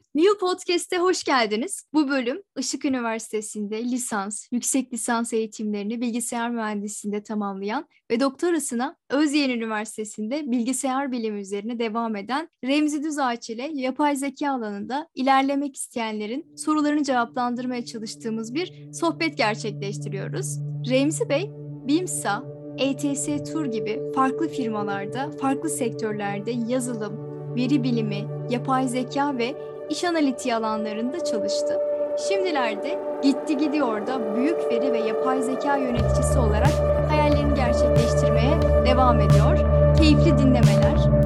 New Podcast'e hoş geldiniz. Bu bölüm Işık Üniversitesi'nde lisans, yüksek lisans eğitimlerini bilgisayar mühendisliğinde tamamlayan ve doktorasına Özyeğin Üniversitesi'nde bilgisayar bilimi üzerine devam eden Remzi Düzağaç ile yapay zeka alanında ilerlemek isteyenlerin sorularını cevaplandırmaya çalıştığımız bir sohbet gerçekleştiriyoruz. Remzi Bey, BİMSA, ETS Tur gibi farklı firmalarda, farklı sektörlerde yazılım, veri bilimi, yapay zeka ve iş analitiği alanlarında çalıştı. Şimdilerde gitti gidiyor da büyük veri ve yapay zeka yöneticisi olarak hayallerini gerçekleştirmeye devam ediyor. Keyifli dinlemeler.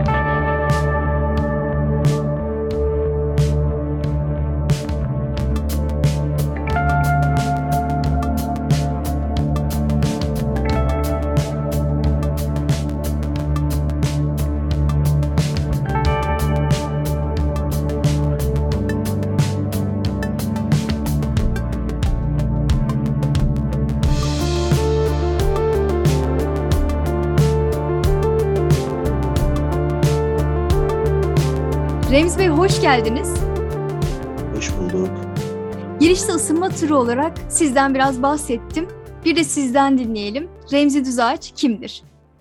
Remzi Bey hoş geldiniz. Hoş bulduk. Girişte ısınma turu olarak sizden biraz bahsettim. Bir de sizden dinleyelim. Remzi Düzağaç kimdir?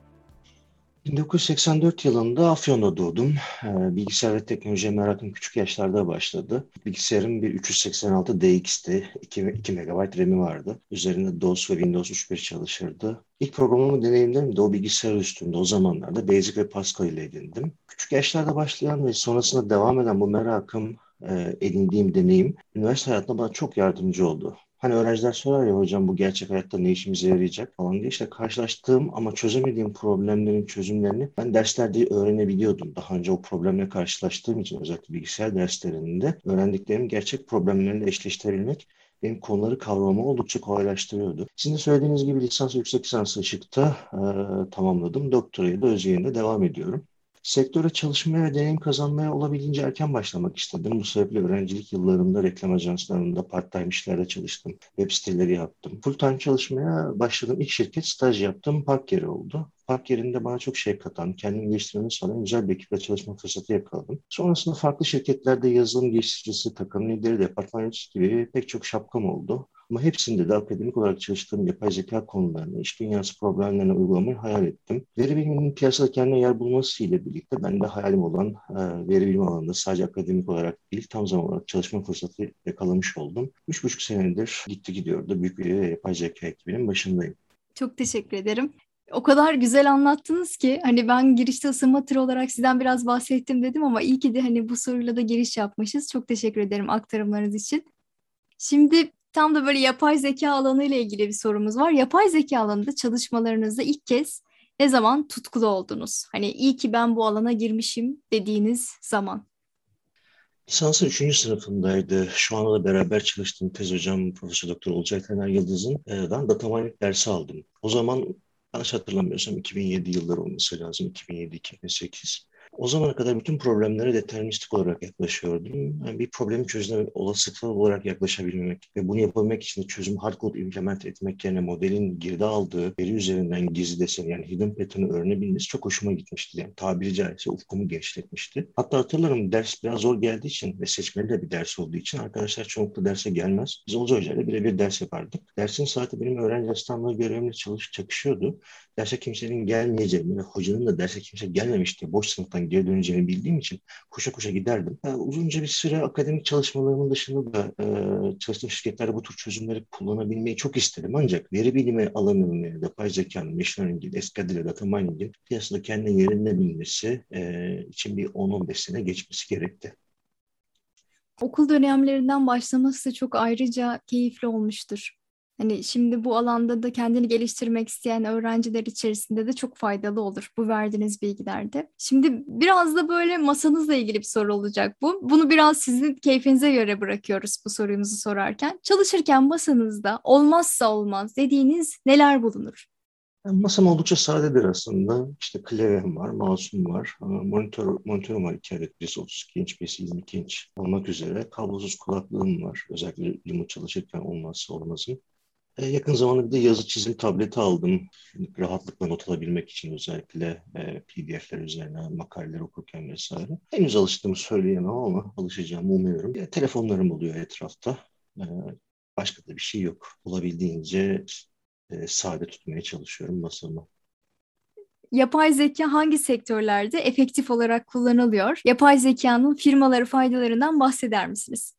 1984 yılında Afyon'da doğdum. Bilgisayar ve teknolojiye merakım küçük yaşlarda başladı. Bilgisayarım bir 386 DX'ti. 2 MB RAM'i vardı. Üzerinde DOS ve Windows 3.1 çalışırdı. İlk programlama deneyimlerim de o bilgisayar üstünde o zamanlarda Basic ve Pascal ile edindim. Küçük yaşlarda başlayan ve sonrasında devam eden bu merakım, edindiğim deneyim üniversite hayatında bana çok yardımcı oldu. Hani öğrenciler sorar ya hocam bu gerçek hayatta ne işimize yarayacak falan diye işte karşılaştığım ama çözemediğim problemlerin çözümlerini ben derslerde öğrenebiliyordum. Daha önce o problemle karşılaştığım için özellikle bilgisayar derslerinde öğrendiklerimi gerçek problemlerle eşleştirebilmek benim konuları kavramamı oldukça kolaylaştırıyordu. Sizin de söylediğiniz gibi lisans ve yüksek lisans Işık'ta tamamladım. Doktorayı da Özyeğin'de devam ediyorum. Sektöre çalışmaya ve deneyim kazanmaya olabildiğince erken başlamak istedim. Bu sebeple öğrencilik yıllarımda reklam ajanslarında part-time işlerde çalıştım. Web siteleri yaptım. Full-time çalışmaya başladığım ilk şirket staj yaptığım park yeri oldu. Park yerinde bana çok şey katan, kendimi geliştirmemi sağlayan güzel bir ekiple çalışma fırsatı yakaladım. Sonrasında farklı şirketlerde yazılım geliştiricisi, takım lideri, departman yöneticisi gibi pek çok şapkam oldu. Ama hepsinde de akademik olarak çalıştığım yapay zeka konularını, iş dünyası problemlerine uygulamayı hayal ettim. Veri biliminin piyasada kendine yer bulması ile birlikte ben de hayalim olan veri bilimi alanında sadece akademik olarak değil, tam zaman olarak çalışma fırsatı yakalamış oldum. 3,5 senedir gitti gidiyordu. Büyük bir yapay zeka ekibinin başındayım. Çok teşekkür ederim. O kadar güzel anlattınız ki hani ben girişte ısınma turu olarak sizden biraz bahsettim dedim ama iyi ki de hani bu soruyla da giriş yapmışız. Çok teşekkür ederim aktarımlarınız için. Şimdi tam da böyle yapay zeka alanı ile ilgili bir sorumuz var. Yapay zeka alanında çalışmalarınızda ilk kez ne zaman tutkulu oldunuz? Hani iyi ki ben bu alana girmişim dediğiniz zaman. Lisansın 3. sınıfındaydı. Şu anda da beraber çalıştığım tez hocam Profesör Doktor Olcay Taner Yıldız'ın data mining dersi aldım. O zaman yanlış hatırlamıyorsam 2007 yılları olması lazım. 2007-2008. O zamana kadar bütün problemlere deterministik olarak yaklaşıyordum. Yani bir problemi çözme olasılıklı olarak yaklaşabilmek ve bunu yapabilmek için de çözüm hardcode implement etmek yerine modelin girdi aldığı veri üzerinden gizli desen yani hidden pattern'ı öğrenebilmesi çok hoşuma gitmişti. Yani tabiri caizse ufkumu genişletmişti. Hatta hatırlarım ders biraz zor geldiği için ve seçmeli de bir ders olduğu için arkadaşlar çoğunlukla derse gelmez. Biz Olcay Hoca'yla birebir ders yapardık. Dersin saati benim öğrenci asistanlığı görevimle çakışıyordu. Derse kimsenin gelmeyeceğini ve hocanın da derse kimse gelmemiş diye boş sınıftan geri döneceğini bildiğim için koşa koşa giderdim. Uzunca bir süre akademik çalışmalarımın dışında da çalıştığım şirketlerde bu tür çözümleri kullanabilmeyi çok isterim. Ancak veri bilimi alanının, yapay zekanın, machine learning'in, eski adıyla data mining'in piyasada kendine yerine bilmesi için bir 10-15 sene geçmesi gerekti. Okul dönemlerinden başlaması da çok ayrıca keyifli olmuştur. Hani şimdi bu alanda da kendini geliştirmek isteyen öğrenciler içerisinde de çok faydalı olur bu verdiğiniz bilgilerde. Şimdi biraz da böyle masanızla ilgili bir soru olacak bu. Bunu biraz sizin keyfinize göre bırakıyoruz bu sorumuzu sorarken. Çalışırken masanızda olmazsa olmaz dediğiniz neler bulunur? Yani masam oldukça sadedir aslında. İşte klavyem var, mouse'um var, monitörüm var 2 adet. Birisi 32 inç, birisi 22 inç olmak üzere. Kablosuz kulaklığım var. Özellikle remote çalışırken olmazsa olmazım. Yakın zamanda bir de yazı çizim tableti aldım. Rahatlıkla not alabilmek için özellikle PDF'ler üzerine makaleler okurken vesaire. Henüz alıştığımı söyleyemem ama alışacağımı umuyorum. Telefonlarım oluyor etrafta. E, Başka da bir şey yok. Olabildiğince sade tutmaya çalışıyorum masamı. Yapay zeka hangi sektörlerde efektif olarak kullanılıyor? Yapay zekanın firmaları faydalarından bahseder misiniz?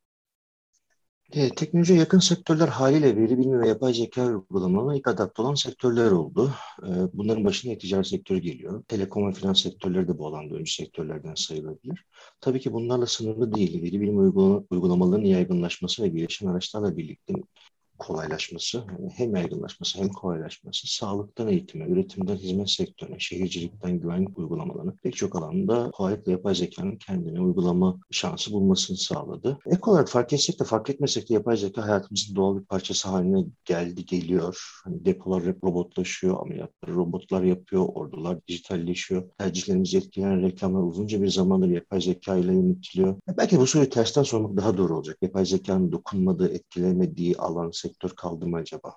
Teknolojiye yakın sektörler haliyle veri bilimi ve yapay zeka uygulamalarına ilk adapte olan sektörler oldu. Bunların başında ticaret sektörü geliyor. Telekom ve finans sektörleri de bu alanda öncü sektörlerden sayılabilir. Tabii ki bunlarla sınırlı değil. Veri bilimi uygulamalarının yaygınlaşması ve gelişen araçlarla birlikte kolaylaşması, yani hem yaygınlaşması hem kolaylaşması, sağlıktan eğitime, üretimden hizmet sektörüne, şehircilikten güvenlik uygulamalarına pek çok alanda kolaylıkla yapay zekanın kendine uygulama şansı bulmasını sağladı. Ek olarak fark etsek de fark etmesek de yapay zeka hayatımızın doğal bir parçası haline geldi, geliyor. Hani depolar hep robotlaşıyor, ameliyatları robotlar yapıyor, ordular dijitalleşiyor. Tercihlerimizi etkileyen reklamlar uzunca bir zamandır yapay zeka ile yönetiliyor. Belki bu soruyu tersten sormak daha doğru olacak. Yapay zekanın dokunmadığı, etkilemediği alan, sektör kaldı mı acaba?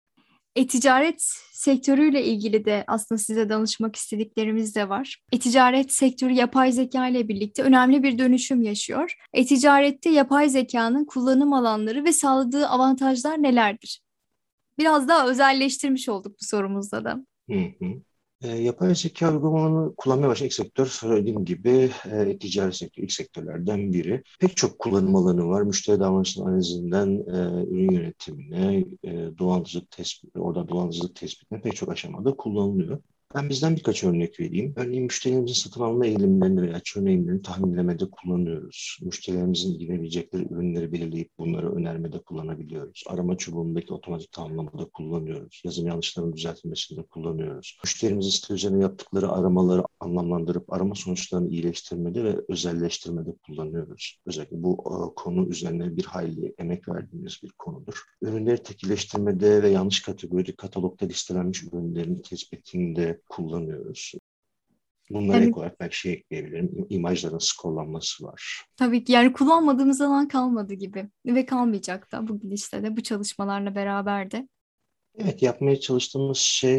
E-ticaret sektörüyle ilgili de aslında size danışmak istediklerimiz de var. E-ticaret sektörü yapay zeka ile birlikte önemli bir dönüşüm yaşıyor. E-ticarette yapay zekanın kullanım alanları ve sağladığı avantajlar nelerdir? Biraz daha özelleştirmiş olduk bu sorumuzda da. Hı hı. Yapay zeka uygulamalarını kullanmaya başlayan ilk sektör söylediğim gibi ticari sektör, ilk sektörlerden biri. Pek çok kullanım alanı var. Müşteri davranışının analizinden ürün yönetimine, dolandırıcılık tespiti, orada dolandırıcılık tespitine pek çok aşamada kullanılıyor. Ben bizden birkaç örnek vereyim. Örneğin müşterilerimizin satın alma eğilimlerini veya churn eğilimlerini tahminlemede kullanıyoruz. Müşterilerimizin ilgilenebilecekleri ürünleri belirleyip bunları önermede kullanabiliyoruz. Arama çubuğundaki otomatik tamamlamada kullanıyoruz. Yazım yanlışlarının düzeltilmesinde kullanıyoruz. Müşterimizin site üzerine yaptıkları aramaları anlamlandırıp arama sonuçlarını iyileştirmede ve özelleştirmede kullanıyoruz. Özellikle bu konu üzerine bir hayli emek verdiğimiz bir konudur. Ürünleri tekilleştirmede ve yanlış kategori katalogda listelenmiş ürünlerin tespitinde kullanıyoruz. Bunlara ek Evet, olarak belki şey ekleyebilirim. İmajların skorlanması var. tabii ki yani kullanmadığımız alan kalmadı gibi ve kalmayacak da bu gidişle de bu çalışmalarla beraber de. Evet, yapmaya çalıştığımız şey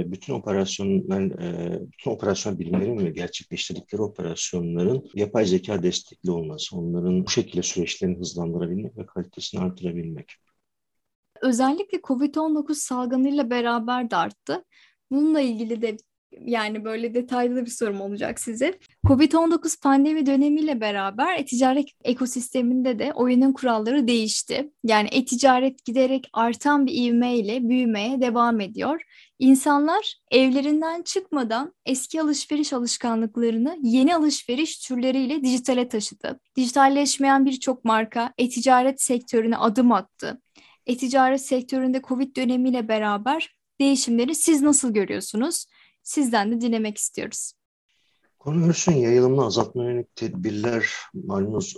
bütün operasyon birimlerin ve gerçekleştirdikleri operasyonların yapay zeka destekli olması, onların bu şekilde süreçlerini hızlandırabilmek ve kalitesini artırabilmek. Özellikle COVID-19 salgınıyla beraber de arttı. Bununla ilgili de yani böyle detaylı bir sorum olacak size. Covid-19 pandemi dönemiyle beraber e-ticaret ekosisteminde de oyunun kuralları değişti. Yani e-ticaret giderek artan bir ivmeyle büyümeye devam ediyor. İnsanlar evlerinden çıkmadan eski alışveriş alışkanlıklarını yeni alışveriş türleriyle dijitale taşıdı. Dijitalleşmeyen birçok marka e-ticaret sektörüne adım attı. E-ticaret sektöründe Covid dönemiyle beraber değişimleri siz nasıl görüyorsunuz? Sizden de dinlemek istiyoruz. Koronavirüsün yayılımını azaltmaya yönelik tedbirler malumunuz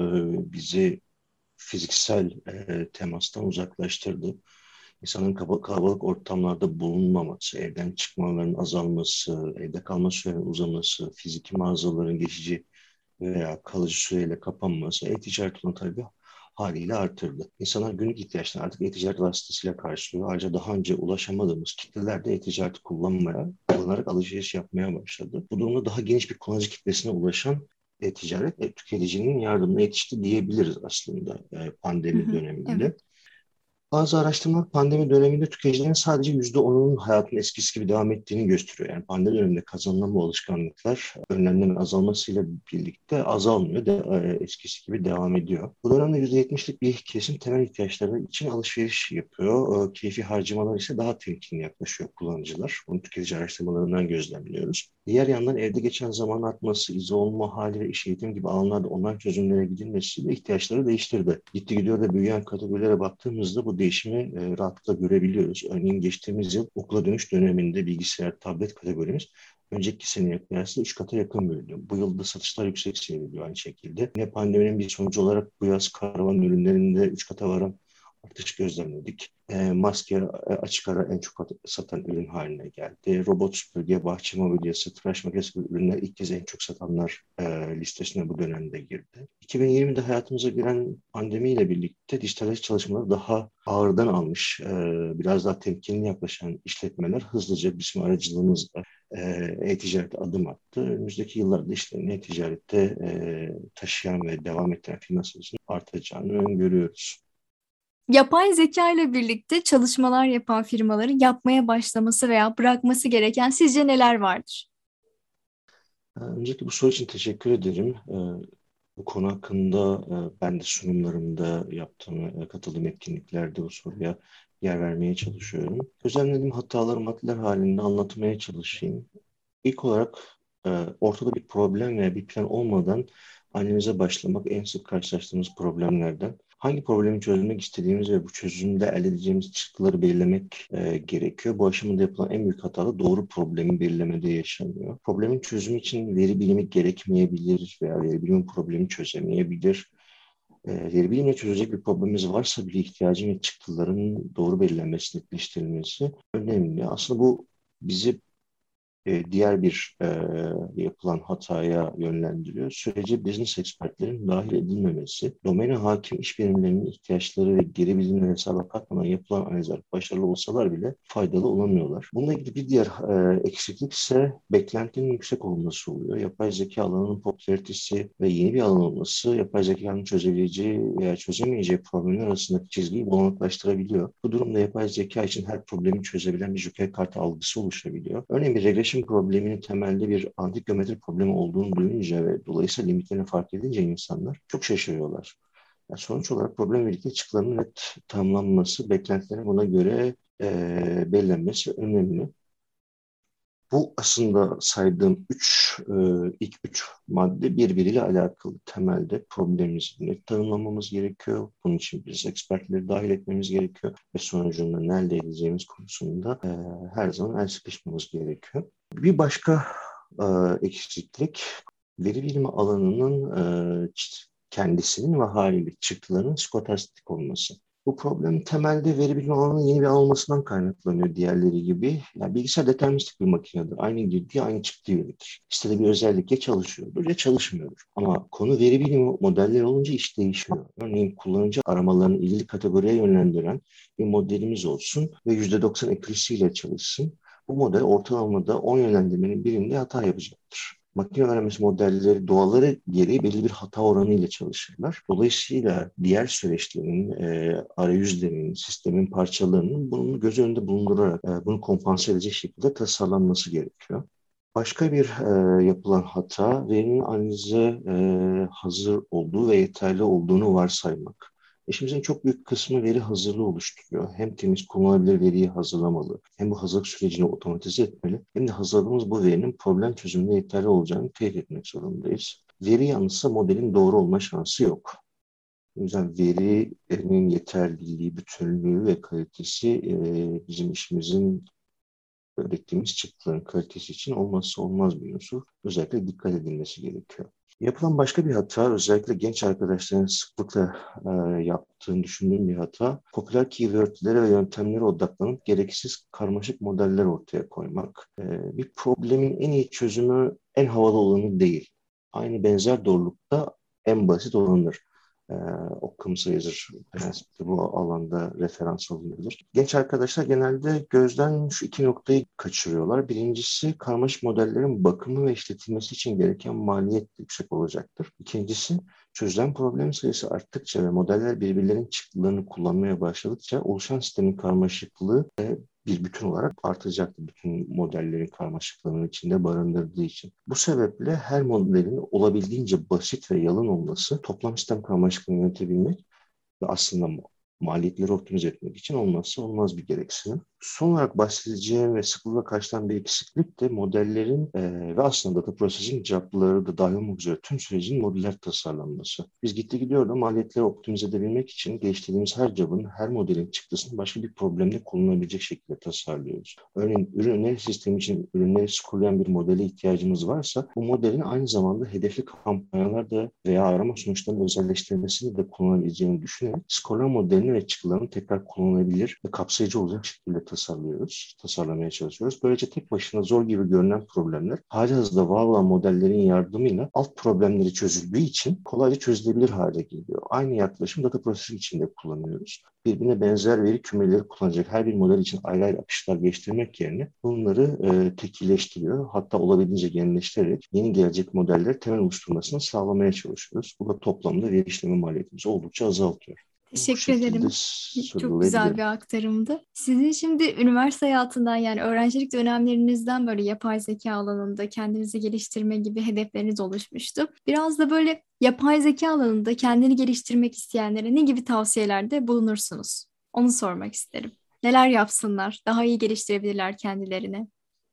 bizi fiziksel temastan uzaklaştırdı. İnsanın kalabalık ortamlarda bulunmaması, evden çıkmalarının azalması, evde kalma sürenin uzaması, fiziki mağazaların geçici veya kalıcı süreyle kapanması e-ticaret olan talebi haliyle artırdı. İnsanlar günlük ihtiyaçlarını artık e-ticaret vasıtasıyla karşılıyor. Ayrıca daha önce ulaşamadığımız kitleler de e-ticareti kullanarak alışveriş yapmaya başladı. Bu durumda daha geniş bir kullanıcı kitlesine ulaşan e-ticaret tüketicinin yardımına yetişti diyebiliriz aslında Hı pandemi hı, evet. döneminde. Bazı araştırmalar pandemi döneminde tüketicilerin sadece %10'unun hayatın eskisi gibi devam ettiğini gösteriyor. Yani pandemi döneminde kazanılan bu alışkanlıklar önlemlerin azalmasıyla birlikte azalmıyor, eskisi gibi devam ediyor. Bu dönemde %70'lik bir kesim temel ihtiyaçları için alışveriş yapıyor. Keyfi harcamalar ise daha temkinli yaklaşıyor kullanıcılar. Bunu tüketici araştırmalarından gözlemliyoruz. Diğer yandan evde geçen zaman artması, izole olma hali ve iş eğitim gibi alanlarda online çözümlere gidilmesi de ihtiyaçları değiştirdi. Gitti gidiyor da büyüyen kategorilere baktığımızda bu değişimi rahatlıkla görebiliyoruz. Örneğin geçtiğimiz yıl okula dönüş döneminde bilgisayar, tablet kategorimiz önceki seneye kıyasla 3 kata yakın büyüdü. Bu yılda satışlar yüksek seyrediyor aynı şekilde. Yine pandeminin bir sonucu olarak bu yaz karavan ürünlerinde 3 kata varan artış gözlemledik. Maske açık ara en çok satan ürün haline geldi. Robot süpürge, bahçe mobilyası, tıraş makinesi gibi ürünler ilk kez en çok satanlar listesine bu dönemde girdi. 2020'de hayatımıza giren pandemiyle birlikte dijitalleşme çalışmaları daha ağırdan almış, biraz daha temkinli yaklaşan işletmeler hızlıca bizim aracılığımızla e-ticarete adım attı. Önümüzdeki yıllarda işlerini e-ticarette taşıyan ve devam ettiren firma sayısının artacağını öngörüyoruz. Yapay zeka ile birlikte çalışmalar yapan firmaların yapmaya başlaması veya bırakması gereken sizce neler vardır? Öncelikle bu soru için teşekkür ederim. Bu konu hakkında ben de sunumlarımda yaptığım, katıldığım etkinliklerde bu soruya yer vermeye çalışıyorum. Gözlemlediğim hataları maddeler halinde anlatmaya çalışayım. İlk olarak ortada bir problem veya bir plan olmadan analize başlamak en sık karşılaştığımız problemlerden. Hangi problemi çözmek istediğimiz ve bu çözümde elde edeceğimiz çıktıları belirlemek gerekiyor. Bu aşamada yapılan en büyük hata da doğru problemi belirlemede yaşanıyor. Problemin çözümü için veri bilimi gerekmeyebilir veya veri bilimi problemi çözemeyebilir. Veri bilimle çözecek bir problemimiz varsa bile ihtiyacın ve çıktıların doğru belirlenmesi, netleştirilmesi önemli. Aslında bu bizi diğer bir yapılan hataya yönlendiriyor. Sürece business expertlerin dahil edilmemesi, domene hakim iş birimlerinin ihtiyaçları ve geri bildirimleri hesaba katmadan yapılan analizler başarılı olsalar bile faydalı olamıyorlar. Bununla ilgili bir diğer eksiklik ise beklentinin yüksek olması oluyor. Yapay zeka alanının popülaritesi ve yeni bir alan olması, yapay zekanın çözebileceği veya çözemeyeceği problemler arasındaki çizgiyi bulanıklaştırabiliyor. Bu durumda yapay zeka için her problemi çözebilen bir joker kartı algısı oluşabiliyor. Örneğin bir regression probleminin temelde bir antik geometri problemi olduğunu duyunca ve dolayısıyla limitlerini fark edince insanlar çok şaşırıyorlar. Yani sonuç olarak problem birlikte çıktılarının net tanımlanması, beklentilerin buna göre belirlenmesi önemli. Bu aslında saydığım ilk üç madde birbiriyle alakalı. Temelde problemimizi net tanımlamamız gerekiyor. Bunun için biz ekspertleri dahil etmemiz gerekiyor ve sonucunda ne elde edeceğimiz konusunda her zaman el sıkışmamız gerekiyor. Bir başka eksiklik veri bilimi alanının kendisinin ve haliyle çıktılarının skolastik olması. Bu problem temelde veri bilimi alanının yeni bir alan olmasından kaynaklanıyor diğerleri gibi. Yani bilgisayar deterministik bir makinedir. Aynı girdiği aynı çıktığı verir. İstediği bir özellik ya çalışıyordur ya çalışmıyordur. Ama konu veri bilimi modelleri olunca iş değişiyor. Örneğin kullanıcı aramalarını ilgili kategoriye yönlendiren bir modelimiz olsun ve %90 accuracy ile çalışsın. Bu model ortalamada 10 yönlendirmenin birinde hata yapacaktır. Makine öğrenmesi modelleri doğaları gereği belli bir hata oranı ile çalışırlar. Dolayısıyla diğer süreçlerin, arayüzlerin, sistemin parçalarının bunu göz önünde bulundurarak bunu kompanse edecek şekilde tasarlanması gerekiyor. Başka bir yapılan hata, verinin analize hazır olduğu ve yeterli olduğunu varsaymak. İşimizin çok büyük kısmı veri hazırlığı oluşturuyor. Hem temiz kullanılabilir veriyi hazırlamalı, hem bu hazırlık sürecini otomatize etmeli, hem de hazırladığımız bu verinin problem çözümünde yeterli olacağını teyit etmek zorundayız. Veri yanlışsa modelin doğru olma şansı yok. O yüzden verinin yeterliliği, bütünlüğü ve kalitesi bizim işimizin ürettiğimiz çıktıların kalitesi için olmazsa olmaz bir unsur. Özellikle dikkat edilmesi gerekiyor. Yapılan başka bir hata, özellikle genç arkadaşların sıklıkla yaptığını düşündüğüm bir hata, popüler keywordlere ve yöntemlere odaklanıp gereksiz karmaşık modeller ortaya koymak. Bir problemin en iyi çözümü en havalı olanı değil. Aynı benzer doğrulukta en basit olanıdır. Occam's Razor prensibi bu alanda referans alınabilir. Genç arkadaşlar genelde gözden şu iki noktayı kaçırıyorlar. Birincisi karmaşık modellerin bakımı ve işletilmesi için gereken maliyet yüksek olacaktır. İkincisi çözülen problem sayısı arttıkça ve modeller birbirlerinin çıktılarını kullanmaya başladıkça oluşan sistemin karmaşıklığı bir bütün olarak artacaktır. Bütün modellerin karmaşıklığının içinde barındırdığı için. Bu sebeple her modelin olabildiğince basit ve yalın olması, toplam sistem karmaşıklığını yönetebilmek ve aslında maliyetleri optimize etmek için olmazsa olmaz bir gereksinim. Son olarak bahsedeceğim ve sıklıkla karşılanan bir eksiklik de modellerin ve aslında data processing cevapları da dahil olmak üzere tüm sürecin modüler tasarlanması. Biz gitti gidiyor da maliyetleri optimize edebilmek için geliştirdiğimiz her cevabın, her modelin çıktısını başka bir problemde kullanılabilecek şekilde tasarlıyoruz. Örneğin ürün öneri sistemi için ürünleri skorlayan bir modele ihtiyacımız varsa bu modelin aynı zamanda hedefli kampanyalarda veya arama sonuçlarının özelleştirilmesini de kullanabileceğini düşünerek skorlama modelini ve çıktılarını tekrar kullanılabilir ve kapsayıcı olacak şekilde tasarlamaya çalışıyoruz. Böylece tek başına zor gibi görünen problemler halihazırda var olan modellerin yardımıyla alt problemleri çözüldüğü için kolayca çözülebilir hale geliyor. Aynı yaklaşım data processing için de kullanıyoruz. Birbirine benzer veri kümeleri kullanacak her bir model için ayrı ayrı akışlar geliştirmek yerine bunları tekilleştiriyor. Hatta olabildiğince genelleştirerek yeni gelecek modelleri temel oluşturmasını sağlamaya çalışıyoruz. Bu da toplamda veri işleme maliyetimizi oldukça azaltıyor. Bu Teşekkür şekilde ederim. Çok güzel söyleyebilirim. bir aktarımdı. Sizin şimdi üniversite hayatından yani öğrencilik dönemlerinizden böyle yapay zeka alanında kendinizi geliştirme gibi hedefleriniz oluşmuştu. Biraz da böyle yapay zeka alanında kendini geliştirmek isteyenlere ne gibi tavsiyelerde bulunursunuz? Onu sormak isterim. Neler yapsınlar? Daha iyi geliştirebilirler kendilerini.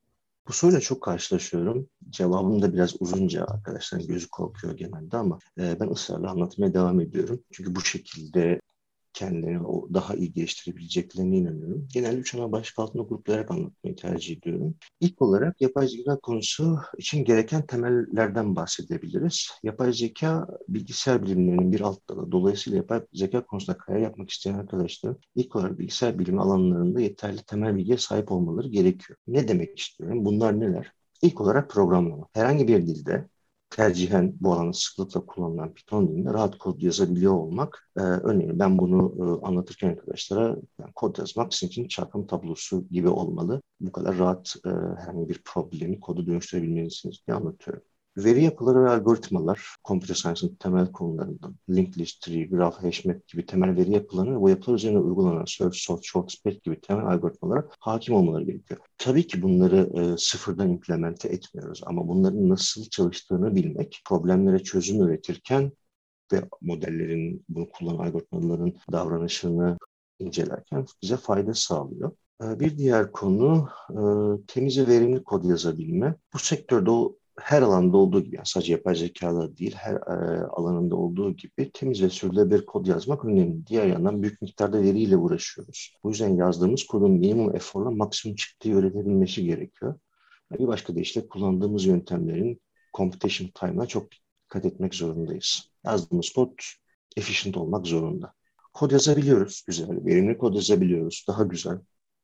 Bu soruyla çok karşılaşıyorum. Cevabım da biraz uzunca, arkadaşların gözü korkuyor genelde ama ben ısrarla anlatmaya devam ediyorum. Çünkü bu şekilde kendilerini daha iyi geliştirebileceklerine inanıyorum. Genelde üç ana başlık altında gruplayarak anlatmayı tercih ediyorum. İlk olarak yapay zeka konusu için gereken temellerden bahsedebiliriz. Yapay zeka bilgisayar bilimlerinin bir alt dalı. Dolayısıyla yapay zeka konusunda kariyer yapmak isteyen arkadaşlar ilk olarak bilgisayar bilimi alanlarında yeterli temel bilgiye sahip olmaları gerekiyor. Ne demek istiyorum? Bunlar neler? İlk olarak programlama. Herhangi bir dilde tercihen bu alanda sıklıkla kullanılan Python dilinde rahat kod yazabiliyor olmak. Örneğin ben bunu anlatırken arkadaşlara yani kod yazmak sizin için çarpım tablosu gibi olmalı. Bu kadar rahat herhangi bir problemi kodu dönüştürebilmelisiniz diye anlatıyorum. Veri yapıları ve algoritmalar, computer science'ın temel konularından, linked list tree, graph, hashmap gibi temel veri yapılarını ve bu yapılar üzerine uygulanan search, sort, short, spec gibi temel algoritmalara hakim olmaları gerekiyor. Tabii ki bunları sıfırdan implemente etmiyoruz ama bunların nasıl çalıştığını bilmek, problemlere çözüm üretirken ve modellerin, bunu kullanan algoritmaların davranışını incelerken bize fayda sağlıyor. Bir diğer konu temiz ve verimli kod yazabilme. Bu sektörde her alanda olduğu gibi, yani sadece yapay zekada değil, her alanında olduğu gibi temiz ve sürdürülebilir kod yazmak önemli. Diğer yandan büyük miktarda veriyle uğraşıyoruz. Bu yüzden yazdığımız kodun minimum eforla maksimum çıktığı öğrenebilmesi gerekiyor. Bir başka deyişle kullandığımız yöntemlerin computation time'ına çok dikkat etmek zorundayız. Yazdığımız kod efficient olmak zorunda. Kod yazabiliyoruz, güzel. Verimli kod yazabiliyoruz, daha güzel.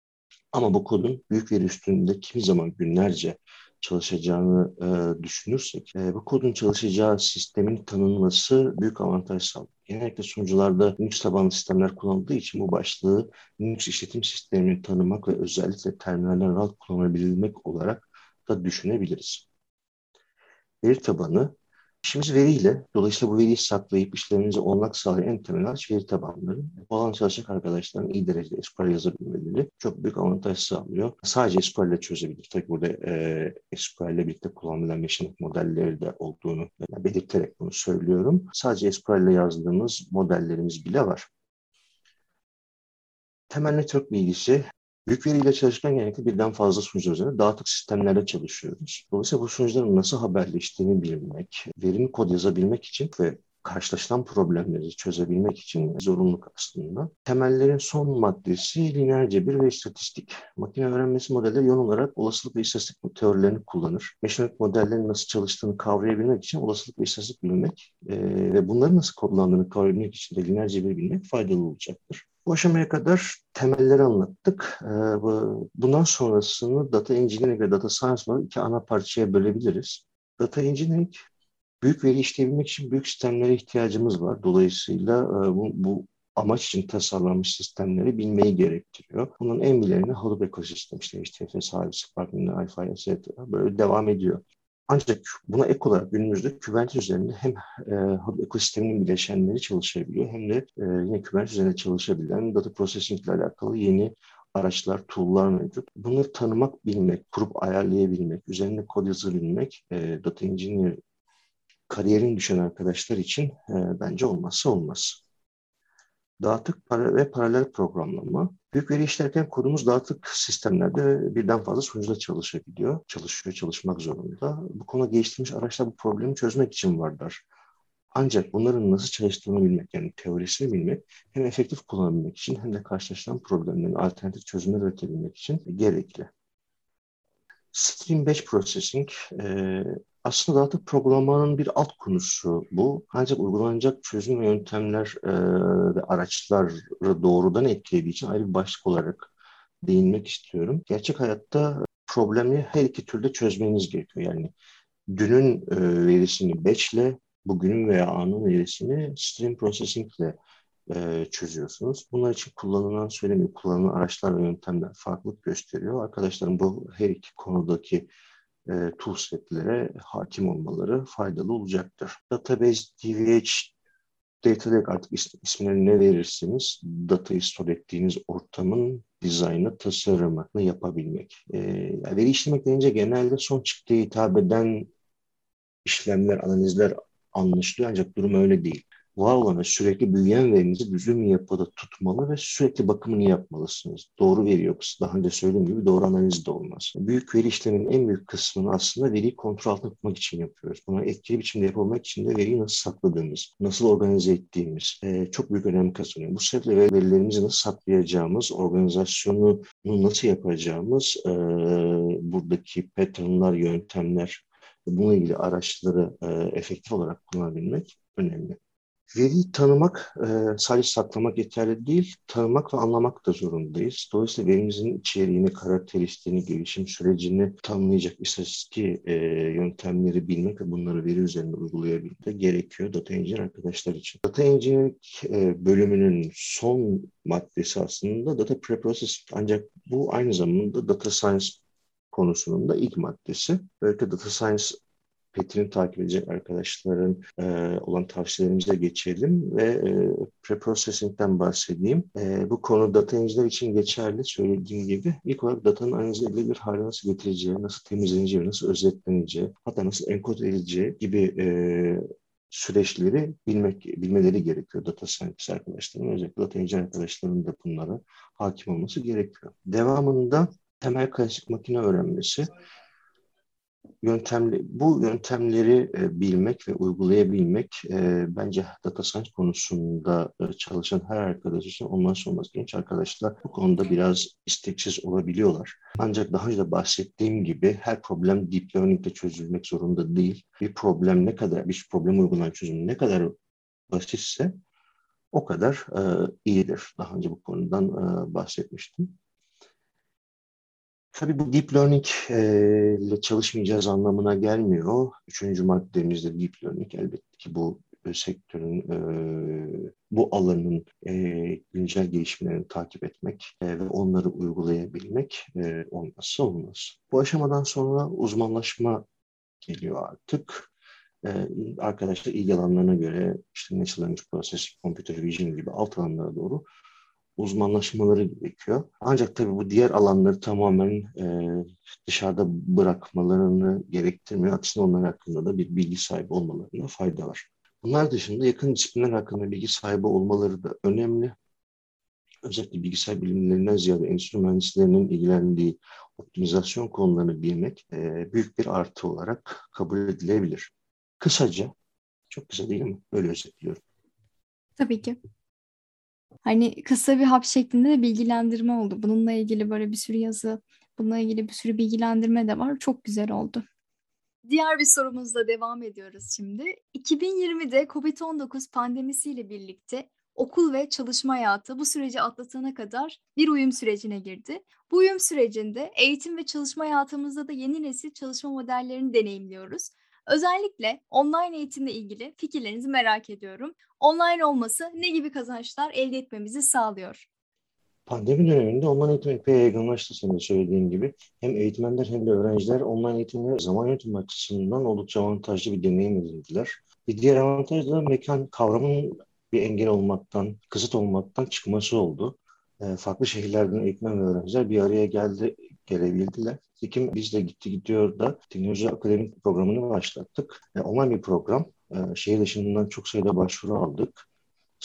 Ama bu kodun büyük veri üstünde kimi zaman günlerce çalışacağını düşünürsek, bu kodun çalışacağı sistemin tanınması büyük avantaj sağlıyor. Genellikle sunucularda Linux tabanlı sistemler kullanıldığı için bu başlığı Linux işletim sistemini tanımak ve özellikle terminalden rahat kullanabilmek olarak da düşünebiliriz. Veri tabanı İşimiz veriyle, dolayısıyla bu veriyi saklayıp işlerimize olanak sağlayan en temel araç veri tabanları. Bu alanda çalışacak arkadaşların iyi derecede SQL yazabilmeleri çok büyük avantaj sağlıyor. Sadece SQL ile çözebilir. Tabii burada SQL ile birlikte kullanılan machine modelleri de olduğunu belirterek bunu söylüyorum. Sadece SQL ile yazdığımız modellerimiz bile var. Temel network bilgisi. Büyük veriyle çalışırken genellikle birden fazla sunucu üzerinde dağıtık sistemlerde çalışıyoruz. Dolayısıyla bu sunucuların nasıl haberleştiğini bilmek, verimli kod yazabilmek için ve karşılaşılan problemleri çözebilmek için zorunluluk aslında. Temellerin son maddesi lineer cebir ve istatistik. Makine öğrenmesi modelleri yoğun olarak olasılık ve istatistik teorilerini kullanır. Machine modellerin nasıl çalıştığını kavrayabilmek için olasılık ve istatistik bilmek ve bunları nasıl kodlandığını kavrayabilmek için de lineer cebir bilmek faydalı olacaktır. Bu aşamaya kadar temelleri anlattık. Bundan sonrasını data engineering ve data science olarak iki ana parçaya bölebiliriz. Data engineering, büyük veri işleyebilmek için büyük sistemlere ihtiyacımız var. Dolayısıyla bu amaç için tasarlanmış sistemleri bilmeyi gerektiriyor. Bunun en bilineni Hadoop ekosistemi, işte HDFS, Hive, Spark, NiFi, etc. böyle devam ediyor. Ancak buna ek olarak günümüzde Kubernetes üzerinde hem Hadoop ekosisteminin bileşenleri çalışabiliyor hem de yine Kubernetes üzerinde çalışabilen data processing ile alakalı yeni araçlar, tool'lar mevcut. Bunları tanımak, bilmek, kurup ayarlayabilmek, üzerinde kod yazabilmek, data engineer kariyerin düşen arkadaşlar için bence olmazsa olmaz. Dağıtık ve paralel programlama. Büyük veri işlerken kodumuz dağıtık sistemlerde birden fazla sunucuda çalışabiliyor. Çalışmak zorunda. Bu konuda geliştirilmiş araçlar bu problemi çözmek için varlar. Ancak bunların nasıl çalıştığını bilmek, yani teorisini bilmek hem efektif kullanabilmek için hem de karşılaşılan problemlerin alternatif çözümler üretebilmek için gerekli. Stream Batch Processing aslında dağıtık programlamanın bir alt konusu bu. Ancak uygulanacak çözüm ve yöntemler ve araçları doğrudan etkilediği için ayrı bir başlık olarak değinmek istiyorum. Gerçek hayatta problemi her iki türlü çözmeniz gerekiyor. Yani dünün verisini batch'le, bugünün veya anın verisini stream processing'le çözüyorsunuz. Bunlar için kullanılan araçlar ve yöntemler farklılık gösteriyor. Arkadaşlarım bu her iki konudaki toolsetlere hakim olmaları faydalı olacaktır. Database, DVH, Data Lake, artık ismini ne verirseniz datayı store ettiğiniz ortamın dizaynı, tasarımını yapabilmek. Yani veri işlemek deyince genelde son çıktıya hitap eden işlemler, analizler anlaşılıyor, ancak durum öyle değil. Var olan ve sürekli büyüyen verinizi düzgün bir yapıda tutmalı ve sürekli bakımını yapmalısınız. Doğru veri yoksa, daha önce söylediğim gibi, doğru analiz de olmaz. Büyük veri işleminin en büyük kısmını aslında veriyi kontrol altında tutmak için yapıyoruz. Bunu etkili biçimde yapabilmek için de veriyi nasıl sakladığımız, nasıl organize ettiğimiz çok büyük önem kazanıyor. Bu sebeple verilerimizi nasıl saklayacağımız, organizasyonunu nasıl yapacağımız, buradaki patternlar, yöntemler, bununla ilgili araçları efektif olarak kullanabilmek önemli. Veriyi tanımak, sadece saklamak yeterli değil, tanımak ve anlamak da zorundayız. Dolayısıyla verimizin içeriğini, karakteristiğini, gelişim sürecini tanımlayacak istatistik yöntemleri bilmek ve bunları veri üzerinde uygulayabilmek de gerekiyor data engineer arkadaşlar için. Data engineering bölümünün son maddesi aslında data preprocessing. Ancak bu aynı zamanda data science konusunun da ilk maddesi. Böylelikle data science petini takip edecek arkadaşların olan tavsiyelerimize geçelim ve preprocessing'den bahsedeyim. Bu konu data engineer için geçerli, söylediğim gibi. İlk olarak datanın analiz edilebilir hale nasıl getireceği, nasıl temizleneceği, nasıl özetleneceği, hatta nasıl enkod edileceği gibi süreçleri bilmeleri gerekiyor data scientist arkadaşların. Özellikle data engineer arkadaşların da bunlara hakim olması gerekiyor. Devamında temel klasik makine öğrenmesi. Bu yöntemleri bilmek ve uygulayabilmek bence data science konusunda çalışan her arkadaş için olmazsa olmaz. Genç arkadaşlar bu konuda biraz isteksiz olabiliyorlar. Ancak daha önce de bahsettiğim gibi her problem deep learning ile çözülmek zorunda değil. Bir problem uygulanan çözüm ne kadar basitse o kadar iyidir. Daha önce bu konudan bahsetmiştim. Tabii bu deep learning ile çalışmayacağız anlamına gelmiyor. Üçüncü maddemizde deep learning. Elbette ki bu sektörün, bu alanın güncel gelişmelerini takip etmek ve onları uygulayabilmek olmazsa olmaz. Bu aşamadan sonra uzmanlaşma geliyor artık. Arkadaşlar ilgi alanlarına göre işte Natural Language Processing, Computer Vision gibi alt alanlara doğru uzmanlaşmaları gerekiyor. Ancak tabii bu diğer alanları tamamen dışarıda bırakmalarını gerektirmiyor. Aksine onlar hakkında da bir bilgi sahibi olmalarında fayda var. Bunlar dışında yakın disiplinler hakkında bilgi sahibi olmaları da önemli. Özellikle bilgisayar bilimlerinden ziyade endüstri mühendislerinin ilgilendiği optimizasyon konularını bilmek büyük bir artı olarak kabul edilebilir. Kısaca, çok kısa değil ama böyle özetliyorum. Tabii ki. Hani kısa bir hap şeklinde de bilgilendirme oldu. Bununla ilgili böyle bir sürü yazı, bununla ilgili bir sürü bilgilendirme de var. Çok güzel oldu. Diğer bir sorumuzla devam ediyoruz şimdi. 2020'de COVID-19 pandemisiyle birlikte okul ve çalışma hayatı bu süreci atlatana kadar bir uyum sürecine girdi. Bu uyum sürecinde eğitim ve çalışma hayatımızda da yeni nesil çalışma modellerini deneyimliyoruz. Özellikle online eğitimle ilgili fikirlerinizi merak ediyorum. Online olması ne gibi kazançlar elde etmemizi sağlıyor? Pandemi döneminde online eğitim epey yaygınlaştı, senin de söylediğin gibi. Hem eğitmenler hem de öğrenciler online eğitimleri zaman yönetimi açısından oldukça avantajlı bir deneyim edindiler. Bir diğer avantaj da mekan kavramının bir engel olmaktan, kısıt olmaktan çıkması oldu. Farklı şehirlerden eğitmen ve öğrenciler bir araya gelebildiler. Nitekim biz de gidiyor da teknoloji akademik programını başlattık. Online bir program. Şehir dışından çok sayıda başvuru aldık.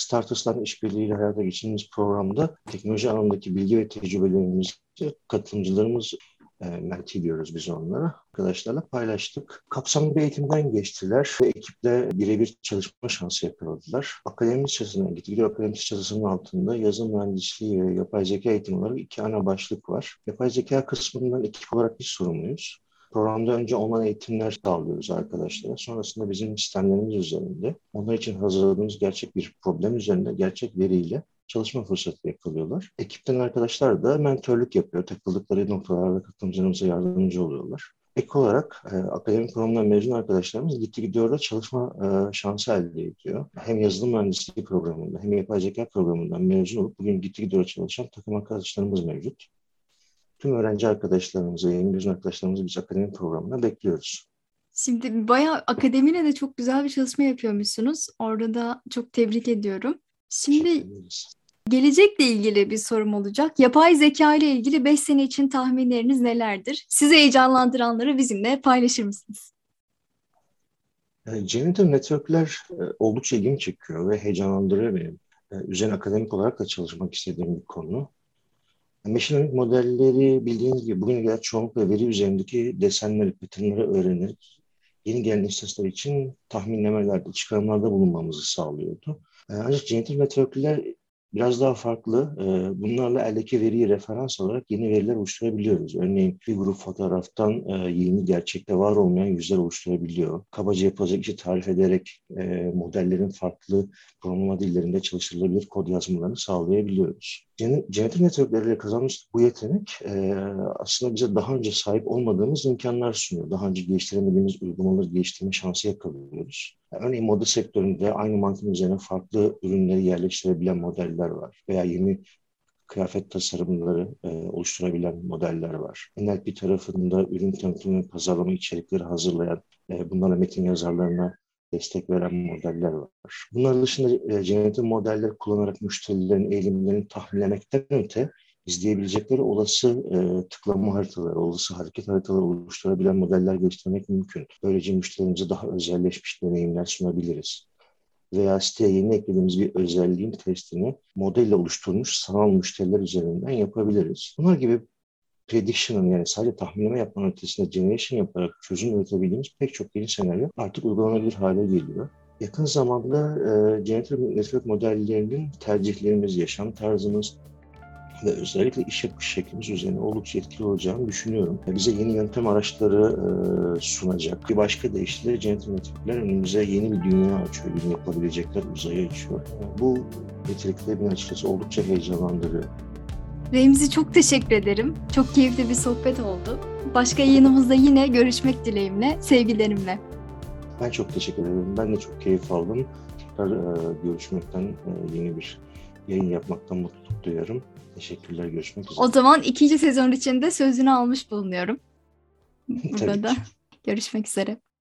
Startus'tan işbirliğiyle hayata geçirdiğimiz programda teknoloji alanındaki bilgi ve tecrübelerimizi katılımcılarımız menti diyoruz biz onlara. Arkadaşlarla paylaştık. Kapsamlı bir eğitimden geçtiler ve ekiple birebir çalışma şansı yakaladılar. Akademi çatısına gittikleri akademi çatısının altında yazılım mühendisliği ve yapay zeka eğitimi olarak 2 ana başlık var. Yapay zeka kısmından ekip olarak biz sorumluyuz. Programda önce online eğitimler sağlıyoruz arkadaşlara. Sonrasında bizim sistemlerimiz üzerinde onlar için hazırladığımız gerçek bir problem üzerinde gerçek veriyle çalışma fırsatı yakalıyorlar. Ekipten arkadaşlar da mentörlük yapıyor. Takıldıkları noktalarda katılımcılarımıza yardımcı oluyorlar. Ek olarak akademik programdan mezun arkadaşlarımız gidiyorlar çalışma şansı elde ediyor. Hem yazılım mühendisliği programında hem yapay zeka programından mezun olup bugün gidiyorlar çalışan takım arkadaşlarımız mevcut. Tüm öğrenci arkadaşlarımızı, yeni mezun arkadaşlarımızı biz akademik programına bekliyoruz. Şimdi bayağı akademiyle de çok güzel bir çalışma yapıyormuşsunuz. Orada da çok tebrik ediyorum. Şimdi gelecekle ilgili bir sorum olacak. Yapay zeka ile ilgili 5 sene için tahminleriniz nelerdir? Sizi heyecanlandıranları bizimle paylaşır mısınız? Generative network'ler oldukça ilgimi çekiyor ve heyecanlandırıyor beni. Üzerine akademik olarak da çalışmak istediğim bir konu. Machine learning modelleri bildiğiniz gibi bugüne kadar çoğunlukla veri üzerindeki desenleri, patternları öğrenir. Yeni gelen istatistikler için tahminlemelerde, çıkarımlarda bulunmamızı sağlıyordu. Ancak generative network'ler biraz daha farklı. Bunlarla eldeki veriyi referans alarak yeni veriler oluşturabiliyoruz. Örneğin bir grup fotoğraftan yeni gerçekte var olmayan yüzler oluşturabiliyor. Kabaca yapılacak işi tarif ederek modellerin farklı programlama dillerinde çalıştırılabilir kod yazmalarını sağlayabiliyoruz. Generative network'lerle kazanmış bu yetenek aslında bize daha önce sahip olmadığımız imkanlar sunuyor. Daha önce geliştiremediğimiz uygulamaları geliştirme şansı yakalıyoruz. Örneğin moda sektöründe aynı mantığın üzerine farklı ürünleri yerleştirebilen modeller var. Veya yeni kıyafet tasarımları oluşturabilen modeller var. NLP tarafında ürün tanıtımı ve pazarlama içerikleri hazırlayan, bunlarla metin yazarlarına destek veren modeller var. Bunlar dışında generatif modeller kullanarak müşterilerin eğilimlerini tahminlemekten öte izleyebilecekleri olası tıklama haritaları, olası hareket haritaları oluşturabilen modeller geliştirmek mümkün. Böylece müşterimize daha özelleşmiş deneyimler sunabiliriz. Veya siteye yeni eklediğimiz bir özelliğin testini modelle oluşturulmuş sanal müşteriler üzerinden yapabiliriz. Bunlar gibi prediction'ın yani sadece tahminleme yapmanın ötesinde generation yaparak çözüm üretebildiğimiz pek çok yeni senaryo artık uygulanabilir hale geliyor. Yakın zamanda generative network modellerinin tercihlerimiz, yaşam tarzımız ve özellikle iş yapış şeklimiz üzerine oldukça etkili olacağını düşünüyorum. Bize yeni yöntem araçları sunacak. Bir başka deyişle generative networkler önümüze yeni bir dünya açıyor, yeni yapabilecekler uzaya açıyor. Bu nitelikte beni açıkçası oldukça heyecanlandırıyor. Remzi çok teşekkür ederim. Çok keyifli bir sohbet oldu. Başka yayınımızda yine görüşmek dileğimle, sevgilerimle. Ben çok teşekkür ederim. Ben de çok keyif aldım. Tekrar görüşmekten, yeni bir yayın yapmaktan mutluluk duyuyorum. Teşekkürler, görüşmek üzere. O zaman 2. sezon için de sözünü almış bulunuyorum. Tabii Burada da ki. görüşmek üzere.